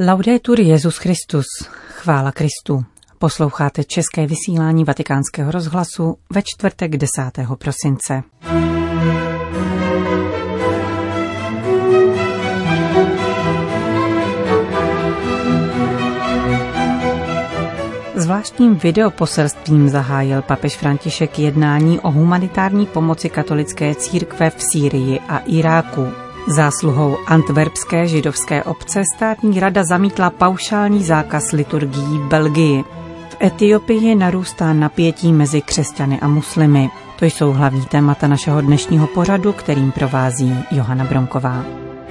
Laudetur Jesus Christus, chvála Kristu. Posloucháte české vysílání Vatikánského rozhlasu ve čtvrtek 10. prosince. Zvláštním videoposelstvím zahájil papež František jednání o humanitární pomoci katolické církve v Sýrii a Iráku. Zásluhou antverpské židovské obce státní rada zamítla paušální zákaz liturgií v Belgii. V Etiopii narůstá napětí mezi křesťany a muslimy. To jsou hlavní témata našeho dnešního pořadu, kterým provází Johana Bronková.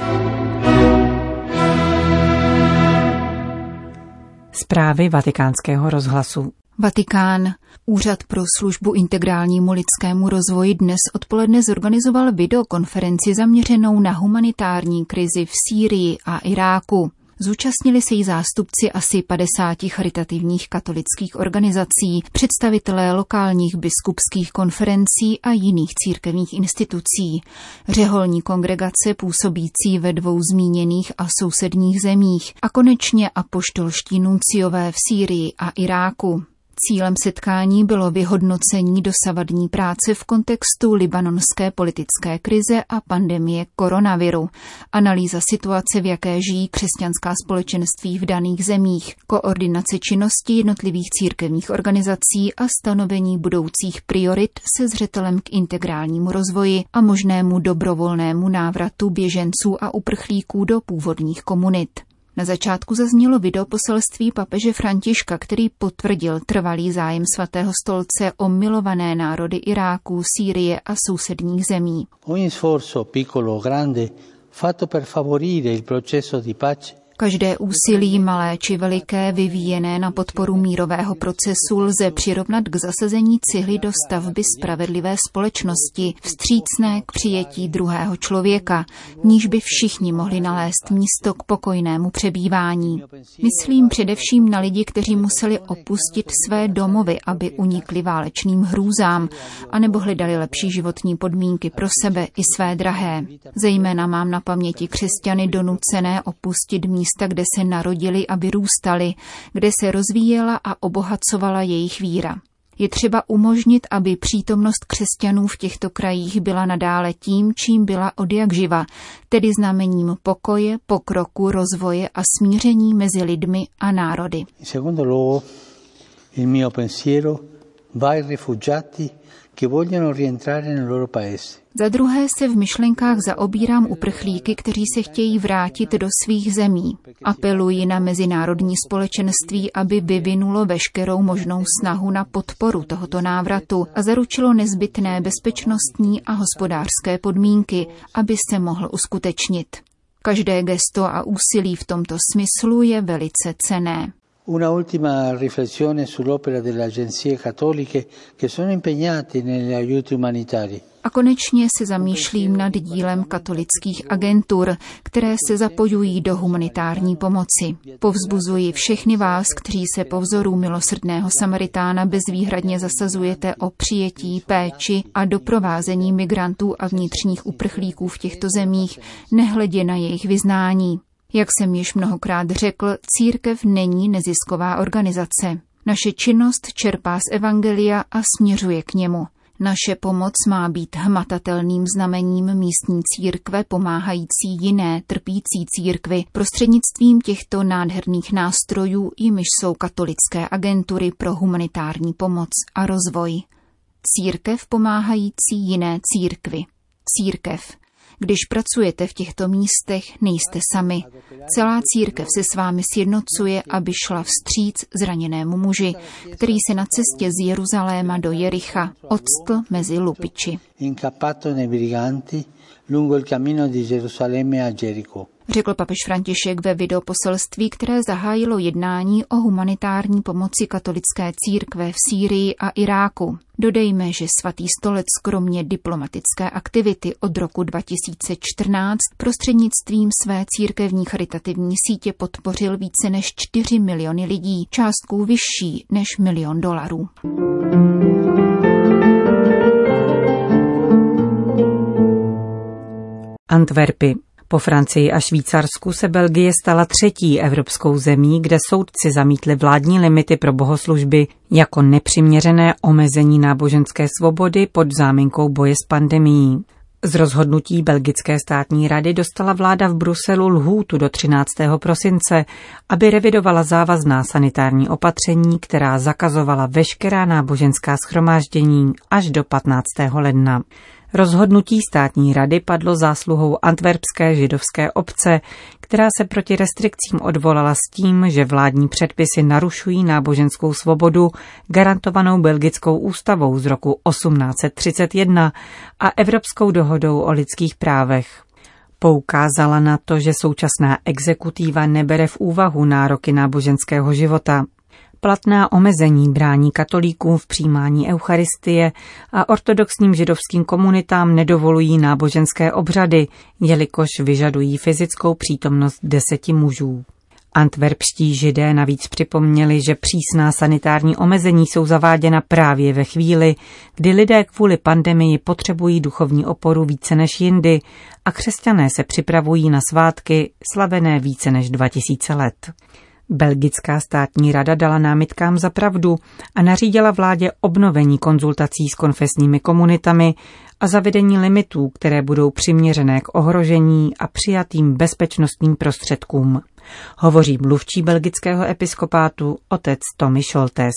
Zprávy Vatikánského rozhlasu. Vatikán. Úřad pro službu integrálnímu lidskému rozvoji dnes odpoledne zorganizoval videokonferenci zaměřenou na humanitární krizi v Sýrii a Iráku. Zúčastnili se jí zástupci asi 50 charitativních katolických organizací, představitelé lokálních biskupských konferencí a jiných církevních institucí, řeholní kongregace působící ve 2 zmíněných a sousedních zemích a konečně apoštolští nunciové v Sýrii a Iráku. Cílem setkání bylo vyhodnocení dosavadní práce v kontextu libanonské politické krize a pandemie koronaviru, analýza situace, v jaké žijí křesťanská společenství v daných zemích, koordinace činnosti jednotlivých církevních organizací a stanovení budoucích priorit se zřetelem k integrálnímu rozvoji a možnému dobrovolnému návratu běženců a uprchlíků do původních komunit. Na začátku zaznělo videoposelství papeže Františka, který potvrdil trvalý zájem Svatého stolce o milované národy Iráku, Sýrie a sousedních zemí. Ogni sforzo piccolo o grande fatto per favorire il processo di pace. Každé úsilí, malé či veliké, vyvíjené na podporu mírového procesu, lze přirovnat k zasazení cihly do stavby spravedlivé společnosti, vstřícné k přijetí druhého člověka, v níž by všichni mohli nalézt místo k pokojnému přebývání. Myslím především na lidi, kteří museli opustit své domovy, aby unikli válečným hrůzám, anebo hledali lepší životní podmínky pro sebe i své drahé. Zejména mám na paměti křesťany donucené opustit místa, kde se narodili a vyrůstali, kde se rozvíjela a obohacovala jejich víra. Je třeba umožnit, aby přítomnost křesťanů v těchto krajích byla nadále tím, čím byla odjakživa, tedy znamením pokoje, pokroku, rozvoje a smíření mezi lidmi a národy. Secondo luogo, il mio pensiero va ai rifugiati che vogliono rientrare nel loro paese. Za druhé se v myšlenkách zaobírám uprchlíky, kteří se chtějí vrátit do svých zemí. Apeluji na mezinárodní společenství, aby vyvinulo veškerou možnou snahu na podporu tohoto návratu a zaručilo nezbytné bezpečnostní a hospodářské podmínky, aby se mohl uskutečnit. Každé gesto a úsilí v tomto smyslu je velice cenné. Una ultima riflessione sull'opera delle agenzie cattoliche che sono impegnate negli aiuti umanitari. A konečně se zamýšlím nad dílem katolických agentur, které se zapojují do humanitární pomoci. Povzbuzuji všechny vás, kteří se po vzoru milosrdného Samaritána bezvýhradně zasazujete o přijetí, péči a doprovázení migrantů a vnitřních uprchlíků v těchto zemích, nehledě na jejich vyznání. Jak jsem již mnohokrát řekl, církev není nezisková organizace. Naše činnost čerpá z evangelia a směřuje k němu. Naše pomoc má být hmatatelným znamením místní církve pomáhající jiné trpící církvi prostřednictvím těchto nádherných nástrojů, jimiž jsou katolické agentury pro humanitární pomoc a rozvoj. Církev pomáhající jiné církvi. Církev. Když pracujete v těchto místech, nejste sami. Celá církev se s vámi sjednocuje, aby šla vstříc zraněnému muži, který se na cestě z Jeruzaléma do Jericha octl mezi lupiči. Řekl papež František ve videoposelství, které zahájilo jednání o humanitární pomoci katolické církve v Sýrii a Iráku. Dodejme, že Svatý stolec kromě diplomatické aktivity od roku 2014 prostřednictvím své církevní charitativní sítě podpořil více než 4 miliony lidí, částkou vyšší než $1 milion. Antverpy. Po Francii a Švýcarsku se Belgie stala třetí evropskou zemí, kde soudci zamítli vládní limity pro bohoslužby jako nepřiměřené omezení náboženské svobody pod záminkou boje s pandemií. Z rozhodnutí Belgické státní rady dostala vláda v Bruselu lhůtu do 13. prosince, aby revidovala závazná sanitární opatření, která zakazovala veškerá náboženská shromáždění až do 15. ledna. Rozhodnutí státní rady padlo zásluhou antverpské židovské obce, která se proti restrikcím odvolala s tím, že vládní předpisy narušují náboženskou svobodu garantovanou belgickou ústavou z roku 1831 a Evropskou dohodou o lidských právech. Poukázala na to, že současná exekutiva nebere v úvahu nároky náboženského života. Platná omezení brání katolíkům v přijímání eucharistie a ortodoxním židovským komunitám nedovolují náboženské obřady, jelikož vyžadují fyzickou přítomnost 10 mužů. Antverpští židé navíc připomněli, že přísná sanitární omezení jsou zaváděna právě ve chvíli, kdy lidé kvůli pandemii potřebují duchovní oporu více než jindy a křesťané se připravují na svátky slavené více než 2000 let. Belgická státní rada dala námitkám za pravdu a nařídila vládě obnovení konzultací s konfesními komunitami a zavedení limitů, které budou přiměřené k ohrožení a přijatým bezpečnostním prostředkům. Hovoří mluvčí belgického episkopátu otec Tommy Scholtes.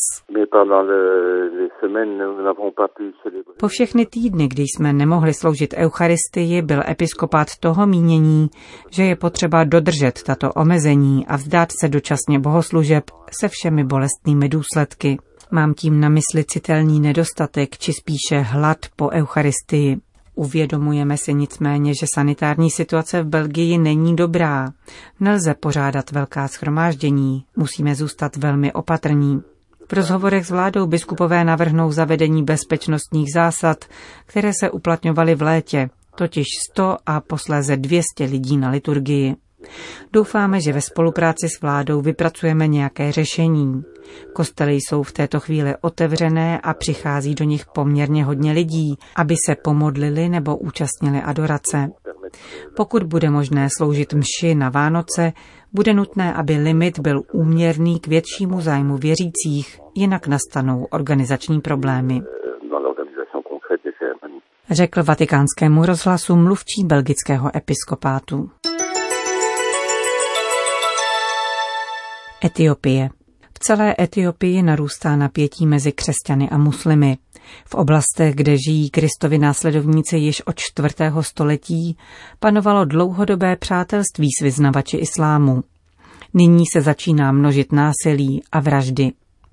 Po všechny týdny, kdy jsme nemohli sloužit eucharistii, byl episkopát toho mínění, že je potřeba dodržet tato omezení a vzdát se dočasně bohoslužeb se všemi bolestnými důsledky. Mám tím na mysli citelný nedostatek, či spíše hlad po eucharistii. Uvědomujeme si nicméně, že sanitární situace v Belgii není dobrá. Nelze pořádat velká shromáždění, musíme zůstat velmi opatrní. V rozhovorech s vládou biskupové navrhnou zavedení bezpečnostních zásad, které se uplatňovaly v létě, totiž 100 a posléze 200 lidí na liturgii. Doufáme, že ve spolupráci s vládou vypracujeme nějaké řešení. Kostely jsou v této chvíli otevřené a přichází do nich poměrně hodně lidí, aby se pomodlili nebo účastnili adorace. Pokud bude možné sloužit mši na Vánoce, bude nutné, aby limit byl úměrný k většímu zájmu věřících, jinak nastanou organizační problémy. Řekl Vatikánskému rozhlasu mluvčí belgického episkopátu. Etiopie. V celé Etiopii narůstá napětí mezi křesťany a muslimy. V oblastech, kde žijí Kristovi následovníci již od 4. století, panovalo dlouhodobé přátelství s vyznavači islámu. Nyní se začíná množit násilí a vraždy.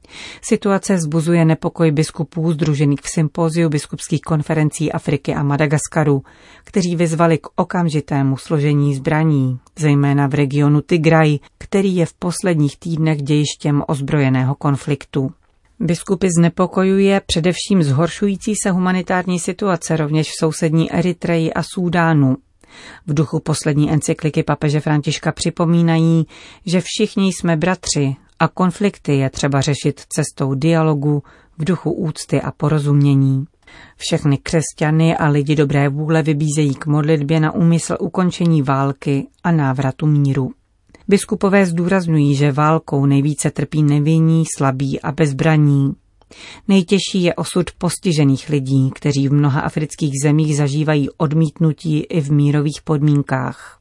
Situace vzbuzuje nepokoj biskupů sdružených v sympóziu biskupských konferencí Afriky a Madagaskaru, kteří vyzvali k okamžitému složení zbraní, zejména v regionu Tigraj, který je v posledních týdnech dějištěm ozbrojeného konfliktu. Biskupy znepokojuje především zhoršující se humanitární situace rovněž v sousední Eritreji a Súdánu. V duchu poslední encykliky papeže Františka připomínají, že všichni jsme bratři a konflikty je třeba řešit cestou dialogu v duchu úcty a porozumění. Všechny křesťany a lidi dobré vůle vybízejí k modlitbě na úmysl ukončení války a návratu míru. Biskupové zdůrazňují, že válkou nejvíce trpí nevinní, slabí a bezbraní. Nejtěžší je osud postižených lidí, kteří v mnoha afrických zemích zažívají odmítnutí i v mírových podmínkách.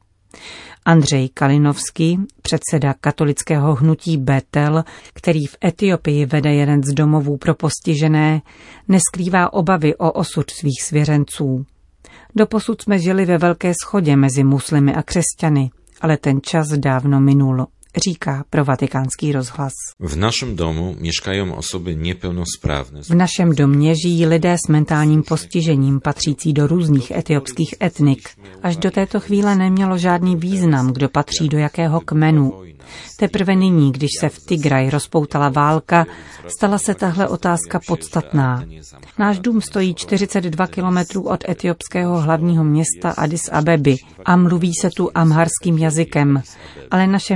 Andřej Kalinovský, předseda katolického hnutí Betel, který v Etiopii vede jeden z domovů pro postižené, neskrývá obavy o osud svých svěřenců. Doposud jsme žili ve velké shodě mezi muslimy a křesťany, ale ten čas dávno minul, říká pro Vatikánský rozhlas. V našem domu mieszkają osoby niepełnosprawne. V našem domě žijí lidé s mentálním postižením patřící do různých etiopských etnik. Až do této chvíle nemělo žádný význam, kdo patří do jakého kmenu. Teprve nyní, když se v Tigraj rozpoutala válka, stala se tahle otázka podstatná. Náš dům stojí 42 kilometrů od etiopského hlavního města Addis Abeby a mluví se tu amharským jazykem, ale naše město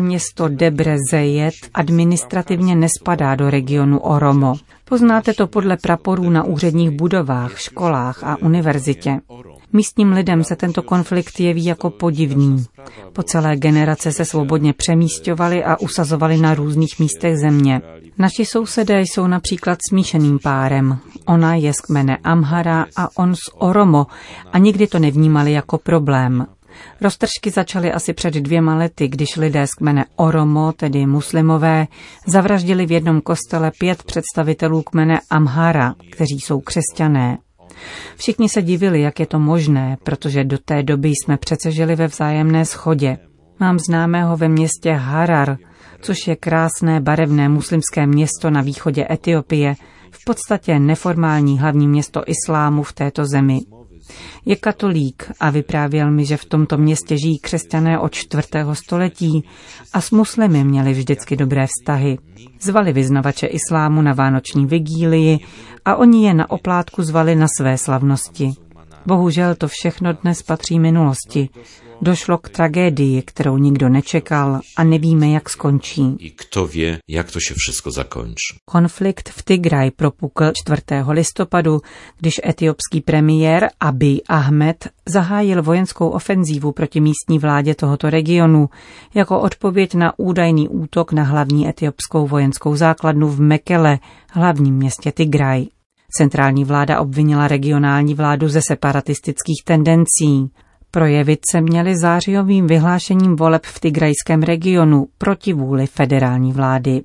město Debre Zejed administrativně nespadá do regionu Oromo. Poznáte to podle praporů na úředních budovách, školách a univerzitě. Místním lidem se tento konflikt jeví jako podivný. Po celé generace se svobodně přemísťovali a usazovali na různých místech země. Naši sousedé jsou například smíšeným párem. Ona je z kmene Amhara a on z Oromo a nikdy to nevnímali jako problém. Roztržky začaly asi před 2 lety, když lidé z kmene Oromo, tedy muslimové, zavraždili v jednom kostele 5 představitelů kmene Amhara, kteří jsou křesťané. Všichni se divili, jak je to možné, protože do té doby jsme přece žili ve vzájemné shodě. Mám známého ve městě Harar, což je krásné barevné muslimské město na východě Etiopie, v podstatě neformální hlavní město islámu v této zemi. Je katolík a vyprávěl mi, že v tomto městě žijí křesťané od 4. století a s muslimy měli vždycky dobré vztahy. Zvali vyznavače islámu na vánoční vigílii a oni je na oplátku zvali na své slavnosti. Bohužel to všechno dnes patří minulosti. Došlo k tragédii, kterou nikdo nečekal a nevíme, jak skončí. I kto ví, jak to se všechno zakončí. Konflikt v Tigraj propukl 4. listopadu, když etiopský premiér Abiy Ahmed zahájil vojenskou ofenzívu proti místní vládě tohoto regionu jako odpověď na údajný útok na hlavní etiopskou vojenskou základnu v Mekele, hlavním městě Tigraj. Centrální vláda obvinila regionální vládu ze separatistických tendencí. Projevit se měly zářijovým vyhlášením voleb v tigrajském regionu proti vůli federální vlády.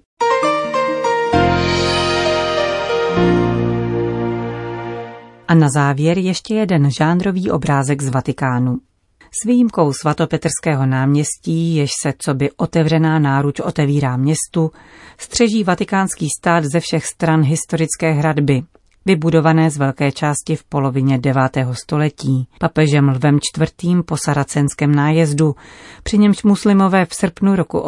A na závěr ještě jeden žánrový obrázek z Vatikánu. S výjimkou svatopetrského náměstí, jež se coby otevřená náruč otevírá městu, střeží vatikánský stát ze všech stran historické hradby, vybudované z velké části v polovině 9. století, papežem Lvem IV. Po saracenském nájezdu, při němž muslimové v srpnu roku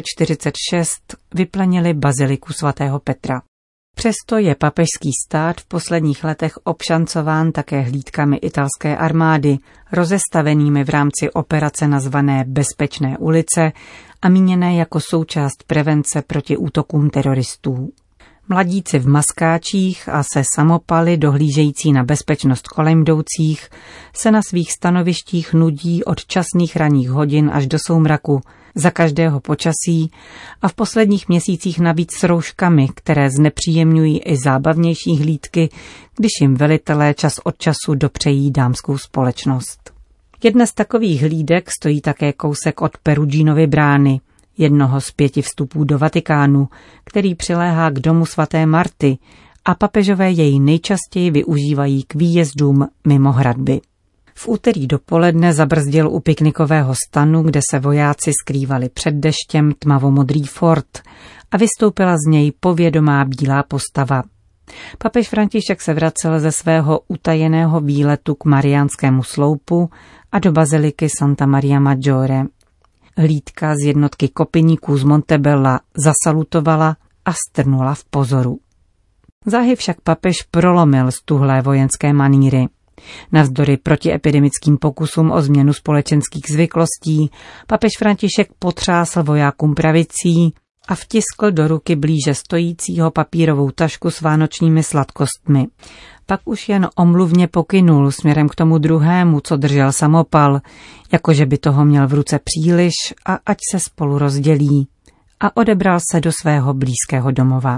846 vyplenili baziliku svatého Petra. Přesto je papežský stát v posledních letech obšancován také hlídkami italské armády, rozestavenými v rámci operace nazvané Bezpečné ulice a míněné jako součást prevence proti útokům teroristů. Mladíci v maskáčích a se samopaly dohlížející na bezpečnost kolem jdoucích se na svých stanovištích nudí od časných ranních hodin až do soumraku, za každého počasí a v posledních měsících navíc s rouškami, které znepříjemňují i zábavnější hlídky, když jim velitelé čas od času dopřejí dámskou společnost. Jedna z takových hlídek stojí také kousek od Peruginovy brány, jednoho z 5 vstupů do Vatikánu, který přiléhá k domu svaté Marty a papežové jej nejčastěji využívají k výjezdům mimo hradby. V úterý dopoledne zabrzdil u piknikového stanu, kde se vojáci skrývali před deštěm, tmavomodrý Ford a vystoupila z něj povědomá bílá postava. Papež František se vracel ze svého utajeného výletu k Mariánskému sloupu a do baziliky Santa Maria Maggiore. Hlídka z jednotky kopiníků z Montebella zasalutovala a strnula v pozoru. Záhy však papež prolomil stuhlé vojenské maníry. Navzdory protiepidemickým pokusům o změnu společenských zvyklostí papež František potřásl vojákům pravicí a vtiskl do ruky blíže stojícího papírovou tašku s vánočními sladkostmi. Pak už jen omluvně pokynul směrem k tomu druhému, co držel samopal, jakože by toho měl v ruce příliš a ať se spolu rozdělí. A odebral se do svého blízkého domova.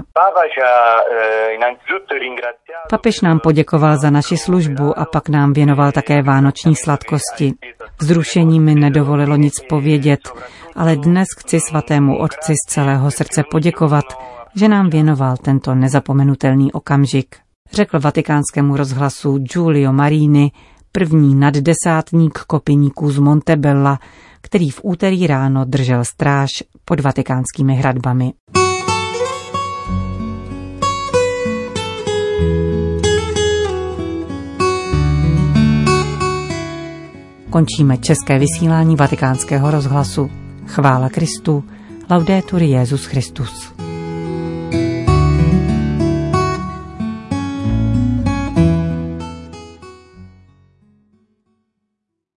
Papež nám poděkoval za naši službu a pak nám věnoval také vánoční sladkosti. Vzrušení mi nedovolilo nic povědět, ale dnes chci svatému otci z celého srdce poděkovat, že nám věnoval tento nezapomenutelný okamžik, řekl vatikánskému rozhlasu Giulio Marini, první naddesátník kopiníků z Montebella, který v úterý ráno držel stráž pod vatikánskými hradbami. Končíme české vysílání Vatikánského rozhlasu. Chvála Kristu, laudetur Jesus Christus.